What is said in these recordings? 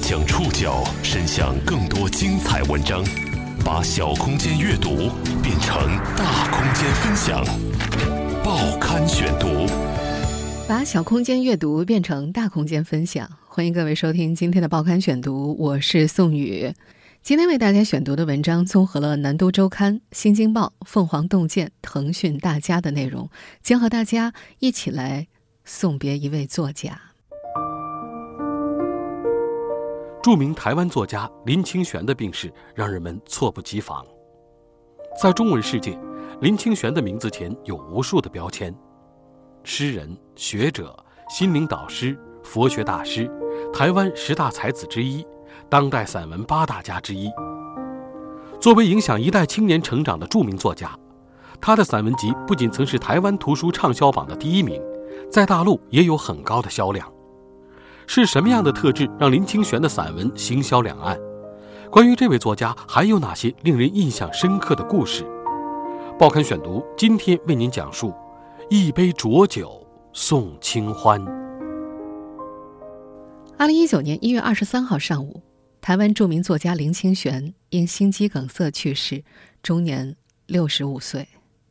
将触角伸向更多精彩文章，把小空间阅读变成大空间分享。报刊选读， 把小空间阅读变成大空间分享。欢迎各位收听今天的报刊选读，我是宋宇。今天为大家选读的文章综合了南都周刊、新京报、凤凰洞见、腾讯大家的内容，将和大家一起来送别一位作家。 著名台湾作家林清玄的病逝让人们猝不及防。在中文世界，林清玄的名字前有无数的标签：诗人、学者、心灵导师、佛学大师，台湾10大才子之一，当代散文8大家之一。作为影响一代青年成长的著名作家，他的散文集不仅曾是台湾图书畅销榜的第1名，在大陆也有很高的销量。是什么样的特质让林清玄的散文行销两岸？关于这位作家还有哪些令人印象深刻的故事？报刊选读今天为您讲述一杯浊酒送清欢。 2019年1月23号上午，台湾著名作家林清玄因心肌梗塞去世，终年65岁。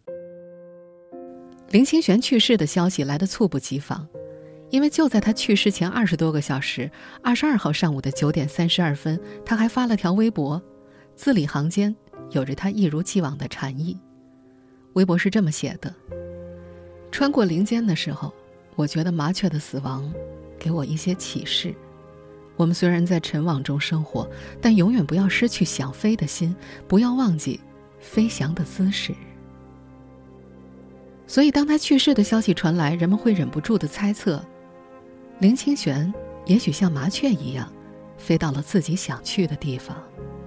林清玄去世的消息来得猝不及防，因为就在他去世前20多个小时，22号上午的9点32分，他还发了条微博，字里行间有着他一如既往的禅意。微博是这么写的：穿过林间的时候，我觉得麻雀的死亡给我一些启示。我们虽然在尘网中生活，但永远不要失去想飞的心，不要忘记飞翔的姿势。所以当他去世的消息传来，人们会忍不住地猜测，林清玄也许像麻雀一样飞到了自己想去的地方。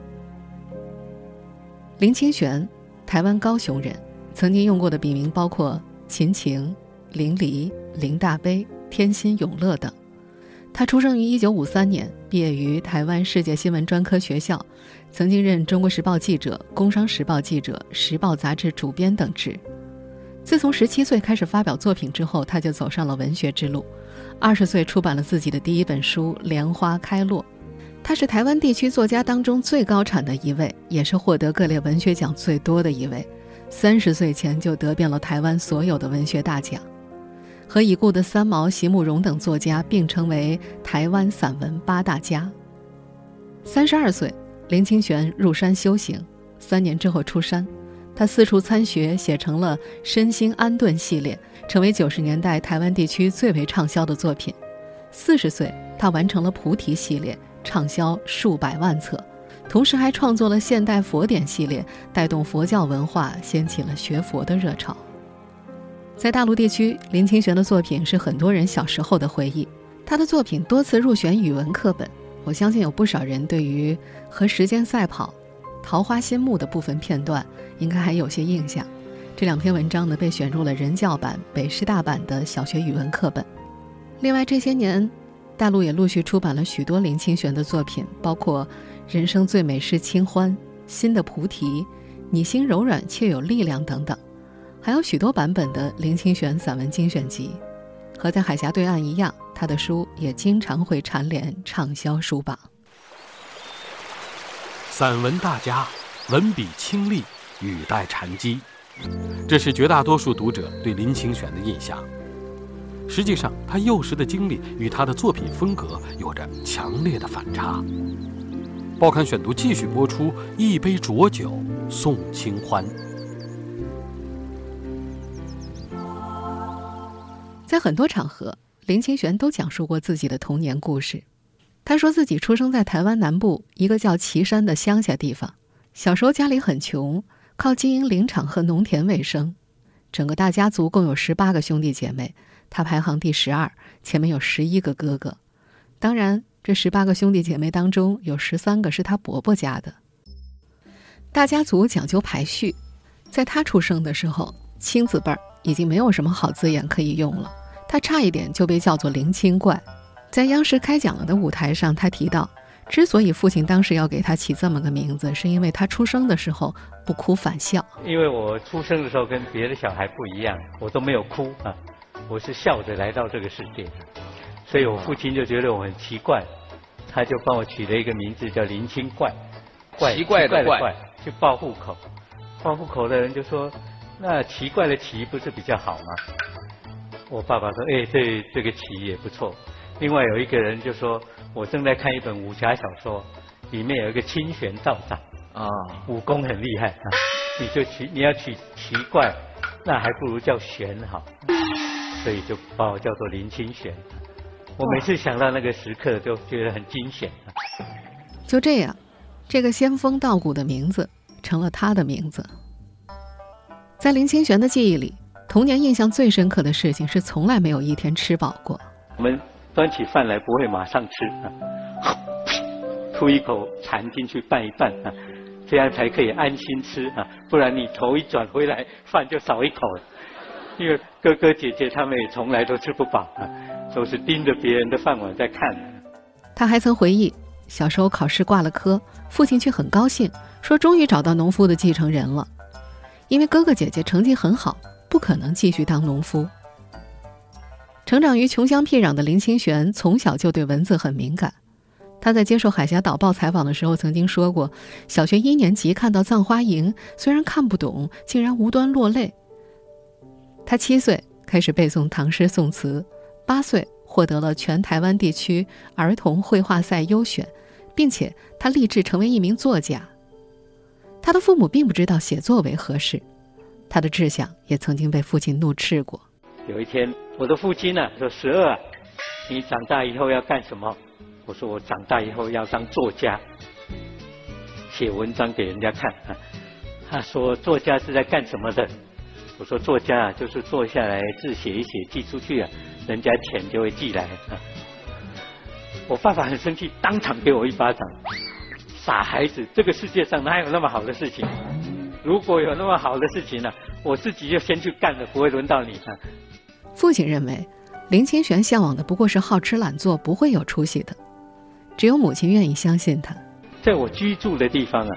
林清玄，台湾高雄人，曾经用过的笔名包括秦晴、林黎、林大悲、天心永乐等。他出生于1953年，毕业于台湾世界新闻专科学校，曾经任中国时报记者、工商时报记者、时报杂志主编等职。自从17岁开始发表作品之后，他就走上了文学之路。20岁出版了自己的第1本书《莲花开落》。他是台湾地区作家当中最高产的一位，也是获得各类文学奖最多的一位。30岁前就得遍了台湾所有的文学大奖，和已故的三毛、席慕容等作家并称为台湾散文8大家。32岁，林清玄入山修行，3年之后出山。他四处参学，写成了《身心安顿》系列，成为90年代台湾地区最为畅销的作品。40岁，他完成了《菩提》系列，畅销数百万册，同时还创作了现代佛典系列，带动佛教文化，掀起了学佛的热潮。在大陆地区，林清玄的作品是很多人小时候的回忆。他的作品多次入选语文课本，我相信有不少人对于和时间赛跑、桃花心木的部分片段应该还有些印象。这2篇文章呢，被选入了人教版、北师大版的小学语文课本。另外这些年，大陆也陆续出版了许多林清玄的作品，包括《人生最美是清欢》、《新的菩提》、《你心柔软却有力量》等等，还有许多版本的林清玄散文精选集。和在海峡对岸一样，他的书也经常会蝉联畅销书榜。 散文大家，文笔清丽，语带禅机，这是绝大多数读者对林清玄的印象。实际上，他幼时的经历与他的作品风格有着强烈的反差。报刊选读继续播出一杯浊酒送清欢。 在很多场合，林清玄都讲述过自己的童年故事。他说自己出生在台湾南部一个叫旗山的乡下地方，小时候家里很穷，靠经营林场和农田为生。整个大家族共有18个兄弟姐妹，他排行第12，前面有11个哥哥。当然，这18个兄弟姐妹当中有13个是他伯伯家的。大家族讲究排序，在他出生的时候，亲子辈已经没有什么好字眼可以用了，他差一点就被叫做林清怪。在央视开讲了的舞台上，他提到之所以父亲当时要给他起这么个名字，是因为他出生的时候不哭反笑。 因为我出生的时候跟别的小孩不一样，我都没有哭啊，我是笑着来到这个世界，所以我父亲就觉得我很奇怪， 他就帮我取了一个名字叫林清怪， 奇怪的怪， 去报户口。报户口的人就说，那奇怪的奇不是比较好吗？我爸爸说，这个奇也不错。另外有一个人就说，我正在看一本武侠小说，里面有一个清玄道长武功很厉害你要取奇怪，那还不如叫玄好，所以就把我叫做林清玄。我每次想到那个时刻都觉得很惊险。 就这样，这个仙风道骨的名字成了他的名字。在林清玄的记忆里，童年印象最深刻的事情是从来没有一天吃饱过。 我们端起饭来不会马上吃吐一口馋进去拌一拌这样才可以安心吃不然你头一转回来饭就少一口了。因为哥哥姐姐他们也从来都吃不饱都是盯着别人的饭碗在看。 他还曾回忆，小时候考试挂了科，父亲却很高兴，说终于找到农夫的继承人了。因为哥哥姐姐成绩很好，不可能继续当农夫。成长于穷乡僻壤的林清玄从小就对文字很敏感。他在接受海峡导报采访的时候曾经说过，小学1年级看到《葬花吟》，虽然看不懂，竟然无端落泪。他7岁开始背诵唐诗宋词，8岁获得了全台湾地区儿童绘画赛优选，并且他立志成为一名作家。他的父母并不知道写作为何事，他的志向也曾经被父亲怒斥过。 有一天我的父亲说，12你长大以后要干什么？我说我长大以后要当作家，写文章给人家看他说作家是在干什么的？我说作家就是坐下来字写一写寄出去人家钱就会寄来我爸爸很生气，当场给我一巴掌。傻孩子，这个世界上哪有那么好的事情？如果有那么好的事情我自己就先去干了，不会轮到你父亲认为林清玄向往的不过是好吃懒做，不会有出息的。只有母亲愿意相信他。 在我居住的地方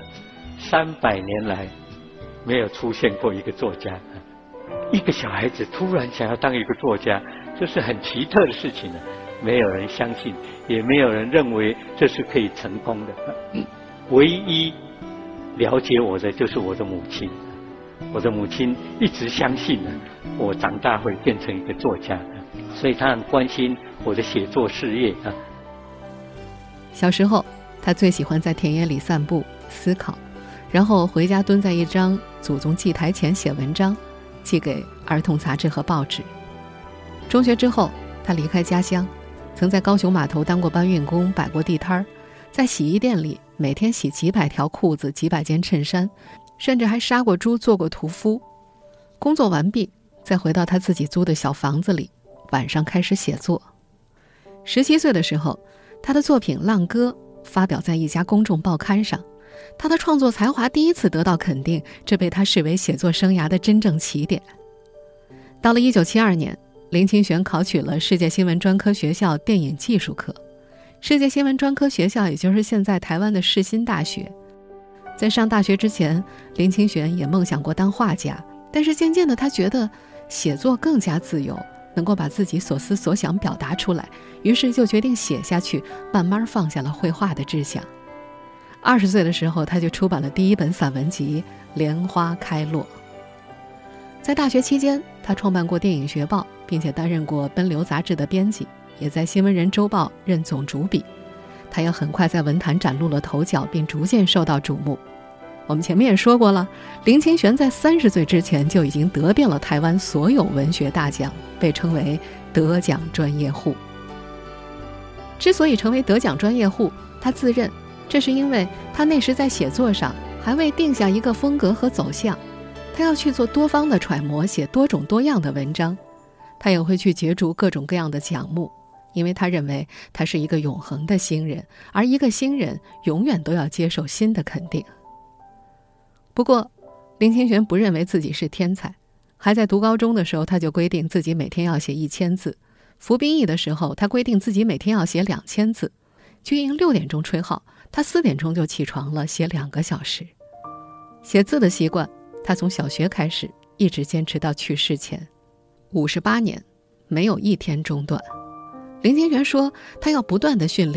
300年来没有出现过一个作家一个小孩子突然想要当一个作家，这是很奇特的事情没有人相信，也没有人认为这是可以成功的唯一了解我的就是我的母亲。我的母亲一直相信我长大会变成一个作家，所以她很关心我的写作事业小时候他最喜欢在田野里散步思考，然后回家蹲在一张祖宗祭台前写文章，寄给儿童杂志和报纸。中学之后他离开家乡，曾在高雄码头当过搬运工，摆过地摊，在洗衣店里每天洗几百条裤子几百件衬衫，甚至还杀过猪做过屠夫。工作完毕再回到他自己租的小房子里，晚上开始写作。17岁的时候，他的作品《浪歌》发表在一家公众报刊上，他的创作才华第一次得到肯定，这被他视为写作生涯的真正起点。到了1972年，林清玄考取了世界新闻专科学校电影技术科。世界新闻专科学校也就是现在台湾的世新大学。在上大学之前，林清玄也梦想过当画家，但是渐渐的他觉得写作更加自由，能够把自己所思所想表达出来，于是就决定写下去，慢慢放下了绘画的志向。20岁的时候，他就出版了第一本散文集《莲花开落》。在大学期间，他创办过电影学报，并且担任过《奔流》杂志的编辑，也在《新闻人周报》任总主笔。他也很快在文坛崭露了头角，并逐渐受到瞩目。我们前面也说过了，林清玄在30岁之前就已经得遍了台湾所有文学大奖，被称为得奖专业户。之所以成为得奖专业户，他自认这是因为他那时在写作上还未定下一个风格和走向，他要去做多方的揣摩，写多种多样的文章。他也会去角逐各种各样的奖目，因为他认为他是一个永恒的新人，而一个新人永远都要接受新的肯定。不过林清玄不认为自己是天才，还在读高中的时候，他就规定自己每天要写1000字，服兵役的时候他规定自己每天要写2000字，军营6点钟吹号，他4点钟就起床了，写2个小时。写字的习惯他从小学开始，一直坚持到去世前58年，没有一天中断。林清玄说他要不断的训练，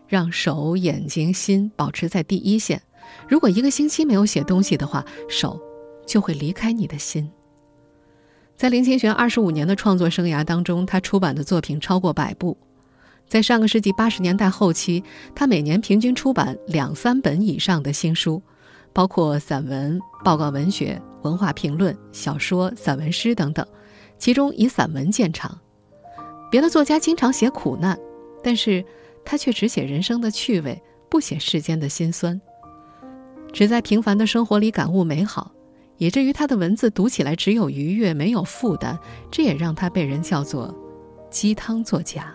让手、眼睛、心保持在第一线。如果1个星期没有写东西的话，手就会离开你的心。在林清玄25年的创作生涯当中，他出版的作品超过100部。在上个世纪80年代后期，他每年平均出版2-3本以上的新书，包括散文、报告文学、文化评论、小说、散文诗等等，其中以散文见长。别的作家经常写苦难，但是他却只写人生的趣味，不写世间的辛酸，只在平凡的生活里感悟美好，以至于他的文字读起来只有愉悦，没有负担，这也让他被人叫做鸡汤作家。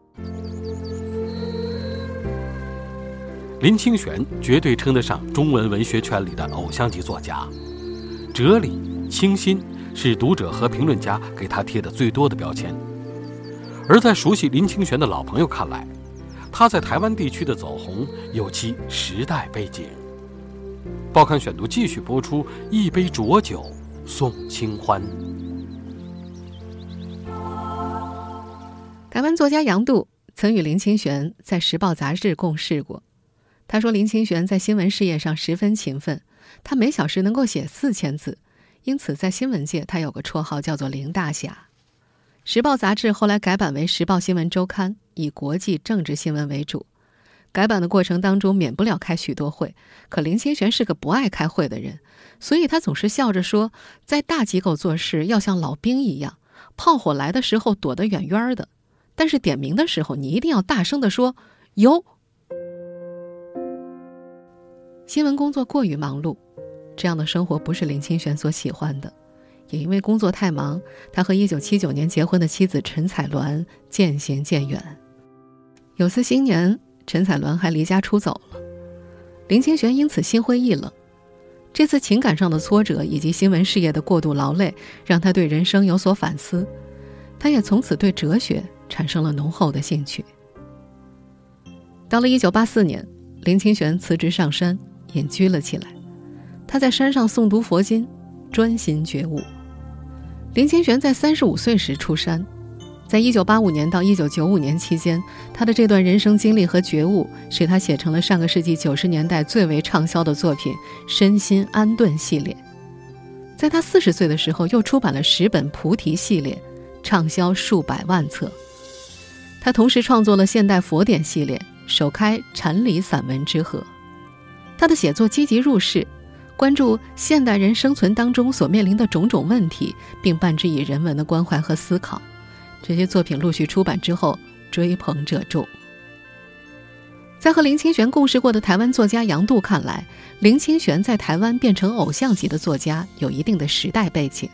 林清玄绝对称得上中文文学圈里的偶像级作家，哲理、清新是读者和评论家给他贴的最多的标签。而在熟悉林清玄的老朋友看来，他在台湾地区的走红有其时代背景。报刊选读继续播出一杯浊酒送清欢。 台湾作家杨度曾与林清玄在《时报》杂志共事过。他说林清玄在新闻事业上十分勤奋，他每小时能够写4000字，因此在新闻界他有个绰号叫做林大侠。《时报》杂志后来改版为《时报新闻周刊》，以国际政治新闻为主。改版的过程当中免不了开许多会，可林清玄是个不爱开会的人，所以他总是笑着说，在大机构做事要像老兵一样，炮火来的时候躲得远远的，但是点名的时候你一定要大声地说有。新闻工作过于忙碌，这样的生活不是林清玄所喜欢的，也因为工作太忙，他和1979年结婚的妻子陈彩鸾渐行渐远。有次新年，陈彩鸾还离家出走了，林清玄因此心灰意冷。这次情感上的挫折以及新闻事业的过度劳累，让他对人生有所反思，他也从此对哲学产生了浓厚的兴趣。到了1984年，林清玄辞职上山，隐居了起来。他在山上诵读佛经，专心觉悟。林清玄在35岁时出山，在1985年到1995年期间，他的这段人生经历和觉悟使他写成了上个世纪90年代最为畅销的作品《身心安顿》系列。在他40岁的时候，又出版了10本菩提系列，畅销数百万册。他同时创作了现代佛典系列，首开禅理散文之河。他的写作积极入世，关注现代人生存当中所面临的种种问题，并伴之以人文的关怀和思考。这些作品陆续出版之后，追捧者众。在和林清玄共事过的台湾作家杨度看来，林清玄在台湾变成偶像级的作家有一定的时代背景。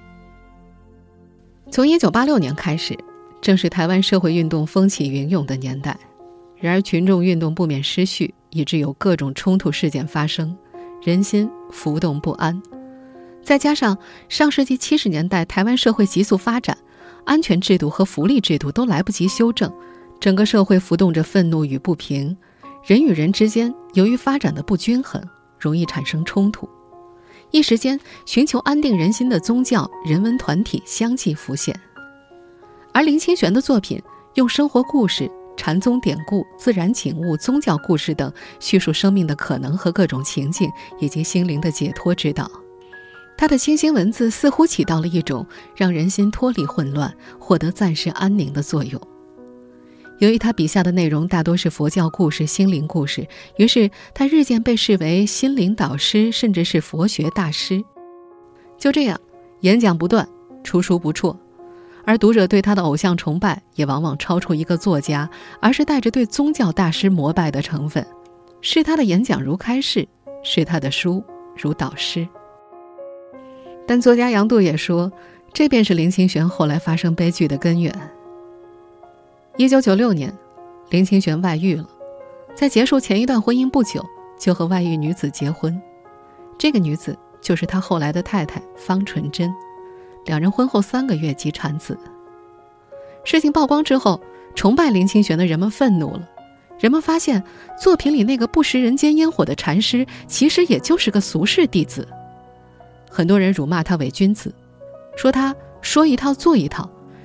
从1986年开始，正是台湾社会运动风起云涌的年代，然而群众运动不免失序，以致有各种冲突事件发生，人心浮动不安。再加上上世纪70年代台湾社会急速发展，安全制度和福利制度都来不及修正，整个社会浮动着愤怒与不平，人与人之间由于发展的不均衡，容易产生冲突。一时间，寻求安定人心的宗教、人文团体相继浮现。而林清玄的作品用生活故事、禅宗典故、自然景物、宗教故事等叙述生命的可能和各种情境，以及心灵的解脱之道。他的清新文字似乎起到了一种让人心脱离混乱、获得暂时安宁的作用。由于他笔下的内容大多是佛教故事、心灵故事，于是他日渐被视为心灵导师，甚至是佛学大师。就这样，演讲不断，出书不辍，而读者对他的偶像崇拜也往往超出一个作家，而是带着对宗教大师膜拜的成分。是他的演讲如开示，是他的书如导师。但作家杨度也说，这便是林清玄后来发生悲剧的根源。1996年，林清玄外遇了，在结束前一段婚姻不久，就和外遇女子结婚。这个女子就是他后来的太太方纯珍，两人婚后3个月即产子。事情曝光之后，崇拜林清玄的人们愤怒了。人们发现，作品里那个不食人间烟火的禅师，其实也就是个俗世弟子。很多人辱骂他伪君子，说他说一套做一套，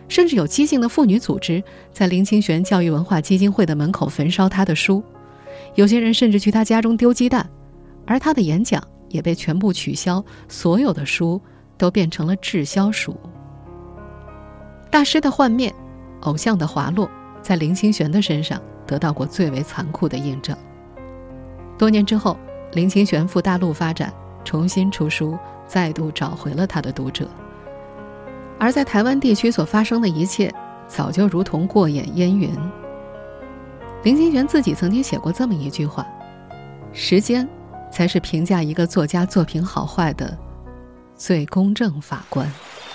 甚至有激进的妇女组织在林清玄教育文化基金会的门口焚烧他的书，有些人甚至去他家中丢鸡蛋，而他的演讲也被全部取消，所有的书都变成了滞销书。大师的幻灭，偶像的滑落，在林清玄的身上得到过最为残酷的印证。多年之后，林清玄赴大陆发展，重新出书，再度找回了他的读者。而在台湾地区所发生的一切，早就如同过眼烟云。林清玄自己曾经写过这么一句话：时间才是评价一个作家作品好坏的最公正法官。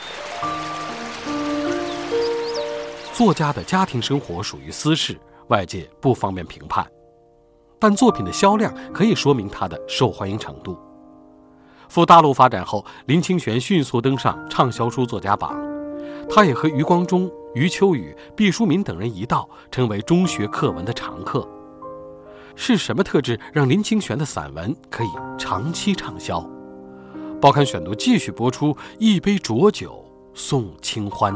作家的家庭生活属于私事，外界不方便评判，但作品的销量可以说明他的受欢迎程度。赴大陆发展后，林清玄迅速登上畅销书作家榜，他也和余光中、余秋雨、毕淑敏等人一道，成为中学课文的常客。是什么特质让林清玄的散文可以长期畅销？报刊选读继续播出：一杯浊酒送清欢。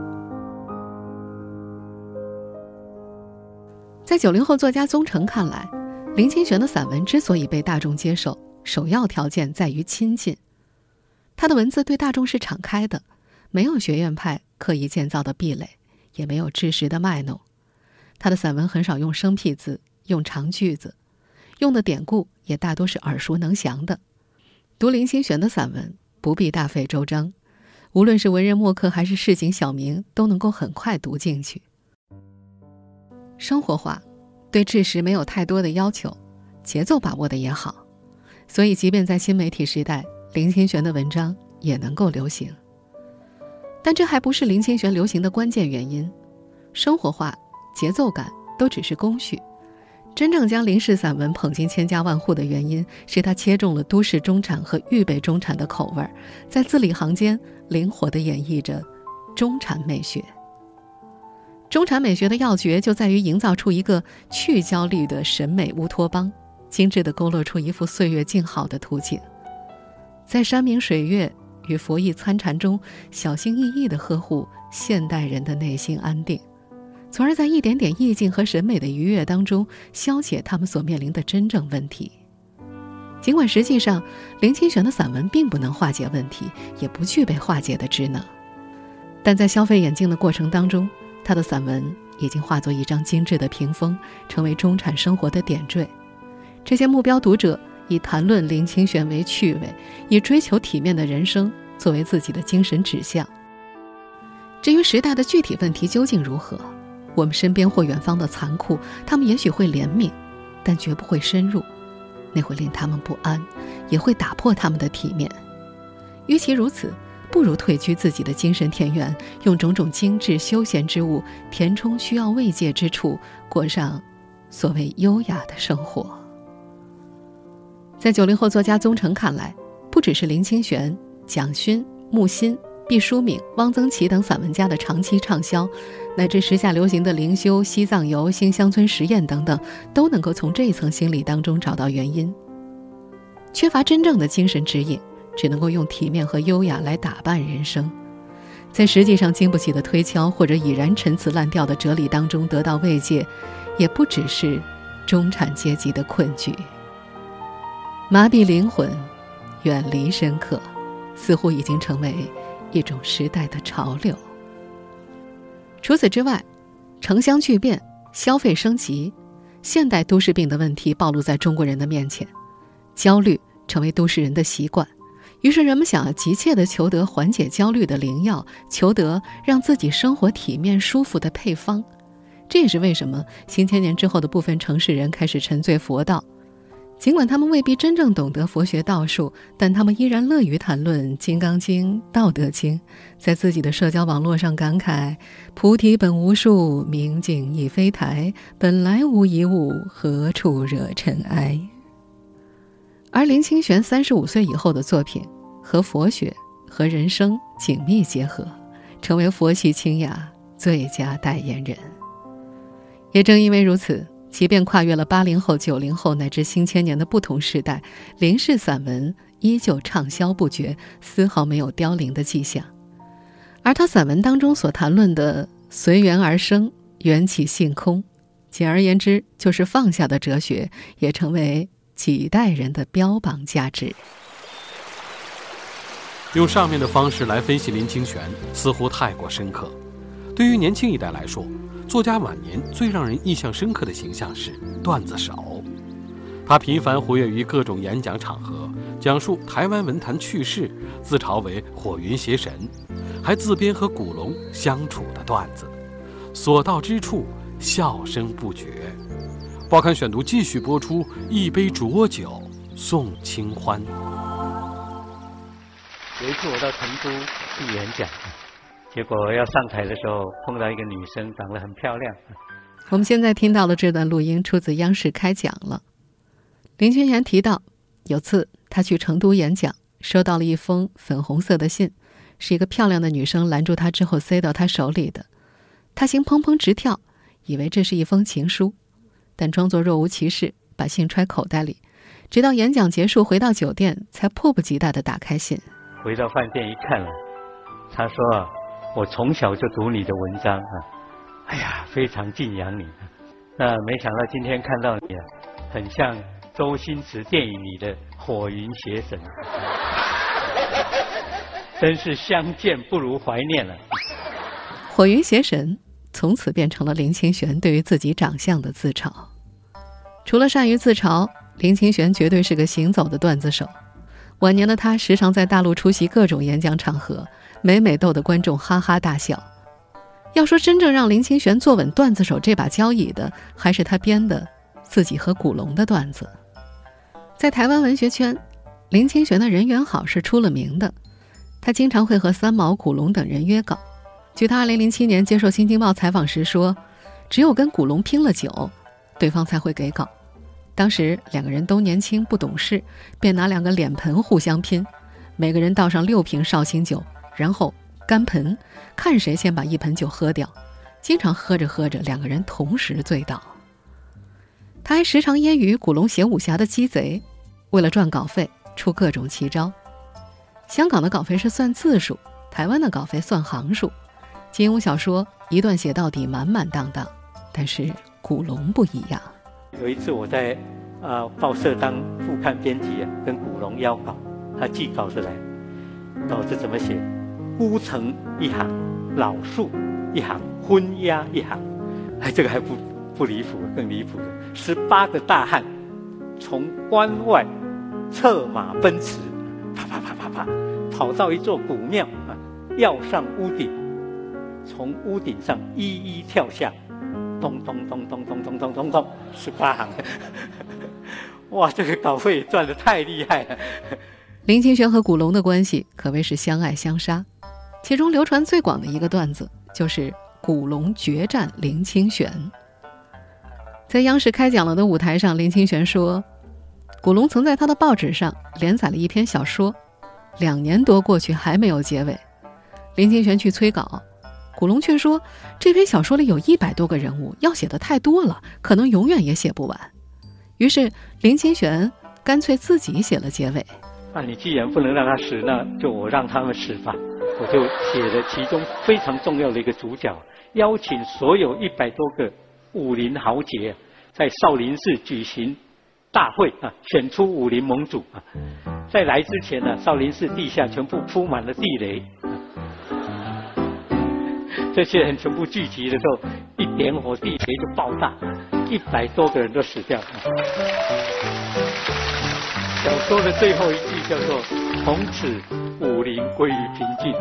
在90后作家宗成看来，林清玄的散文之所以被大众接受，首要条件在于亲近。他的文字对大众是敞开的，没有学院派刻意建造的壁垒，也没有知识的卖弄。他的散文很少用生僻字，用长句子，用的典故也大多是耳熟能详的。读林清玄的散文不必大费周章，无论是文人墨客还是市井小民，都能够很快读进去。生活化，对知识没有太多的要求，节奏把握的也好，所以即便在新媒体时代，林清玄的文章也能够流行。但这还不是林清玄流行的关键原因，生活化、节奏感都只是工序。真正将林氏散文捧进千家万户的原因，是他切中了都市中产和预备中产的口味，在字里行间灵活地演绎着中产美学。中产美学的要诀就在于营造出一个去焦虑的审美乌托邦，精致地勾勒出一幅岁月静好的图景，在山明水月与佛意参禅中，小心翼翼地呵护现代人的内心安定，从而在一点点意境和审美的愉悦当中消解他们所面临的真正问题。尽管实际上林清玄的散文并不能化解问题，也不具备化解的职能，但在消费眼镜的过程当中，他的散文已经化作一张精致的屏风，成为中产生活的点缀。这些目标读者以谈论林清玄为趣味，以追求体面的人生作为自己的精神指向。至于时代的具体问题究竟如何，我们身边或远方的残酷，他们也许会怜悯，但绝不会深入，那会令他们不安，也会打破他们的体面。与其如此，不如退居自己的精神田园，用种种精致休闲之物填充需要慰藉之处，过上所谓优雅的生活。在90后作家宗成看来，不只是林清玄、蒋勋、木心、毕淑敏、汪曾祺等散文家的长期畅销，乃至时下流行的灵修、西藏游、新乡村实验等等，都能够从这一层心理当中找到原因。缺乏真正的精神指引，只能够用体面和优雅来打扮人生，在实际上经不起的推敲或者已然陈词滥调的哲理当中得到慰藉，也不只是中产阶级的困局。麻痹灵魂，远离深刻，似乎已经成为一种时代的潮流。除此之外，城乡巨变、消费升级、现代都市病的问题暴露在中国人的面前，焦虑成为都市人的习惯，于是人们想要急切地求得缓解焦虑的灵药，求得让自己生活体面舒服的配方。这也是为什么新千年之后的部分城市人开始沉醉佛道。尽管他们未必真正懂得佛学道术，但他们依然乐于谈论《金刚经》《道德经》，在自己的社交网络上感慨：菩提本无树，明镜亦非台，本来无一物，何处惹尘埃。而林清玄35岁以后的作品和佛学和人生紧密结合，成为佛系清雅最佳代言人。也正因为如此，即便跨越了80后、90后乃至新千年的不同时代，林氏散文依旧畅销不绝，丝毫没有凋零的迹象。 而他散文当中所谈论的随缘而生、缘起性空，简而言之就是放下的哲学，也成为几代人的标榜价值。 用上面的方式来分析林清玄似乎太过深刻。对于年轻一代来说，作家晚年最让人印象深刻的形象是段子手。他频繁活跃于各种演讲场合，讲述台湾文坛趣事，自嘲为火云邪神，还自编和古龙相处的段子，所到之处笑声不绝。报刊选读继续播出一杯浊酒送清欢。 有一次我到成都去演讲，结果要上台的时候碰到一个女生，长得很漂亮。 我们现在听到的这段录音出自央视开讲了。林清玄提到，有次他去成都演讲，收到了一封粉红色的信，是一个漂亮的女生拦住他之后塞到他手里的。他心砰砰直跳，以为这是一封情书，但装作若无其事，把信揣口袋里，直到演讲结束回到酒店，才迫不及待地打开信。 回到饭店一看了，他说我从小就读你的文章哎呀，非常敬仰你。那没想到今天看到你很像周星驰电影里的火云邪神，真是相见不如怀念了。 火云邪神从此变成了林清玄对于自己长相的自嘲。除了善于自嘲，林清玄绝对是个行走的段子手。晚年的他时常在大陆出席各种演讲场合，每逗得观众哈哈大笑。要说真正让林清玄坐稳段子手这把交椅的，还是他编的自己和古龙的段子。在台湾文学圈，林清玄的人缘好是出了名的，他经常会和三毛、古龙等人约稿。据他2007年接受《新京报》采访时说，只有跟古龙拼了酒，对方才会给稿。当时两个人都年轻不懂事，便拿2个脸盆互相拼，每个人倒上6瓶绍兴酒，然后干盆，看谁先把1盆酒喝掉。经常喝着喝着，2个人同时醉倒。他还时常揶揄古龙写武侠的鸡贼，为了赚稿费出各种奇招。香港的稿费是算字数，台湾的稿费算行数。金庸小说一段写到底满满当当，但是古龙不一样。 有一次我在报社当副刊编辑跟古龙邀稿，他寄稿子来，稿子怎么写？孤城一行，老树一行，昏鸦一行。这个还不离谱，更离谱的，18个大汉从关外策马奔驰，啪啪啪啪啪，跑到一座古庙要上屋顶，从屋顶上一一跳下，咚咚咚咚咚咚咚咚咚，18行。哇，这个稿费赚得太厉害了。 林清玄和古龙的关系可谓是相爱相杀，其中流传最广的一个段子就是古龙决战林清玄。在央视开讲了的舞台上，林清玄说，古龙曾在他的报纸上连载了一篇小说，2年多过去还没有结尾。林清玄去催稿，古龙却说这篇小说里有100多个人物，要写的太多了，可能永远也写不完。于是林清玄干脆自己写了结尾。 你既然不能让他死，那就我让他们死吧。我就写了其中非常重要的一个主角，邀请所有100多个武林豪杰在少林寺举行大会选出武林盟主在来之前少林寺地下全部铺满了地雷，这些人全部聚集的时候，一点火，地雷就爆炸，100多个人都死掉。小说的最后一句叫做“从此武林归于平静”。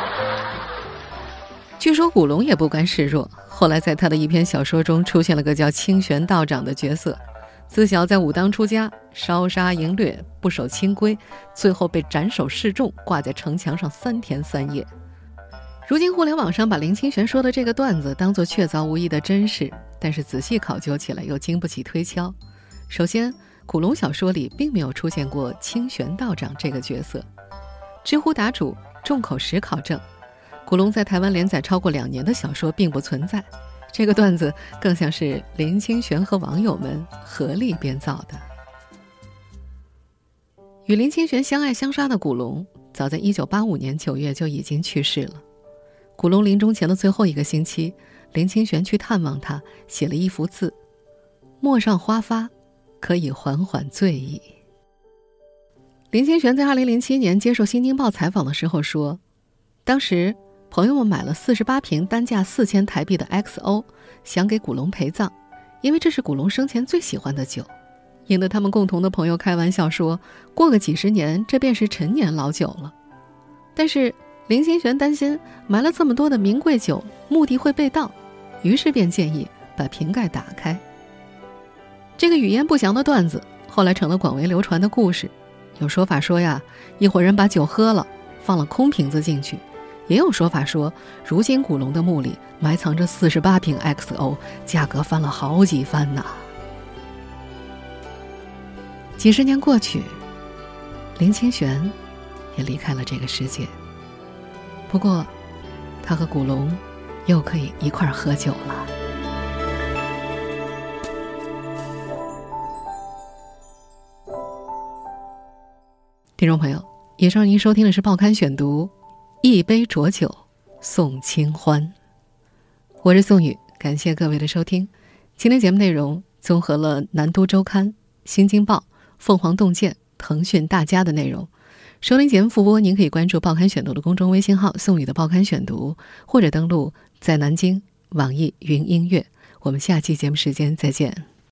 据说古龙也不甘示弱，后来在他的一篇小说中出现了个叫清玄道长的角色，自小在武当出家，烧杀淫掠，不守清规，最后被斩首示众，挂在城墙上3天3夜。如今互联网上把林清玄说的这个段子当作确凿无疑的真实，但是仔细考究起来又经不起推敲。首先，古龙小说里并没有出现过清玄道长这个角色。知乎答主众口实考证，古龙在台湾连载超过2年的小说并不存在，这个段子更像是林清玄和网友们合力编造的。与林清玄相爱相杀的古龙，早在1985年9月就已经去世了。 古龙临终前的最后一个星期，林清玄去探望他，写了一幅字：陌上花发，可以缓缓醉意。林清玄在2007年接受《新京报》采访的时候说，当时朋友们买了48瓶单价4000台币的 XO， 想给古龙陪葬，因为这是古龙生前最喜欢的酒，引得他们共同的朋友开玩笑说，过个几十年这便是陈年老酒了。但是林清玄担心买了这么多的名贵酒目的会被盗，于是便建议把瓶盖打开。这个语焉不详的段子后来成了广为流传的故事，有说法说呀，一伙人把酒喝了，放了空瓶子进去，也有说法说，如今古龙的墓里埋藏着48瓶 XO， 价格翻了好几番呐。几十年过去，林清玄也离开了这个世界。不过，他和古龙又可以一块儿喝酒了。听众朋友，以上您收听的是《报刊选读》，一杯浊酒送清欢。我是宋宇，感谢各位的收听。今天节目内容综合了南都周刊、新京报、凤凰洞见、腾讯大家的内容。收听节目复播，您可以关注《报刊选读》的公众微信号“宋宇的报刊选读”，或者登录在南京网易云音乐。我们下期节目时间再见。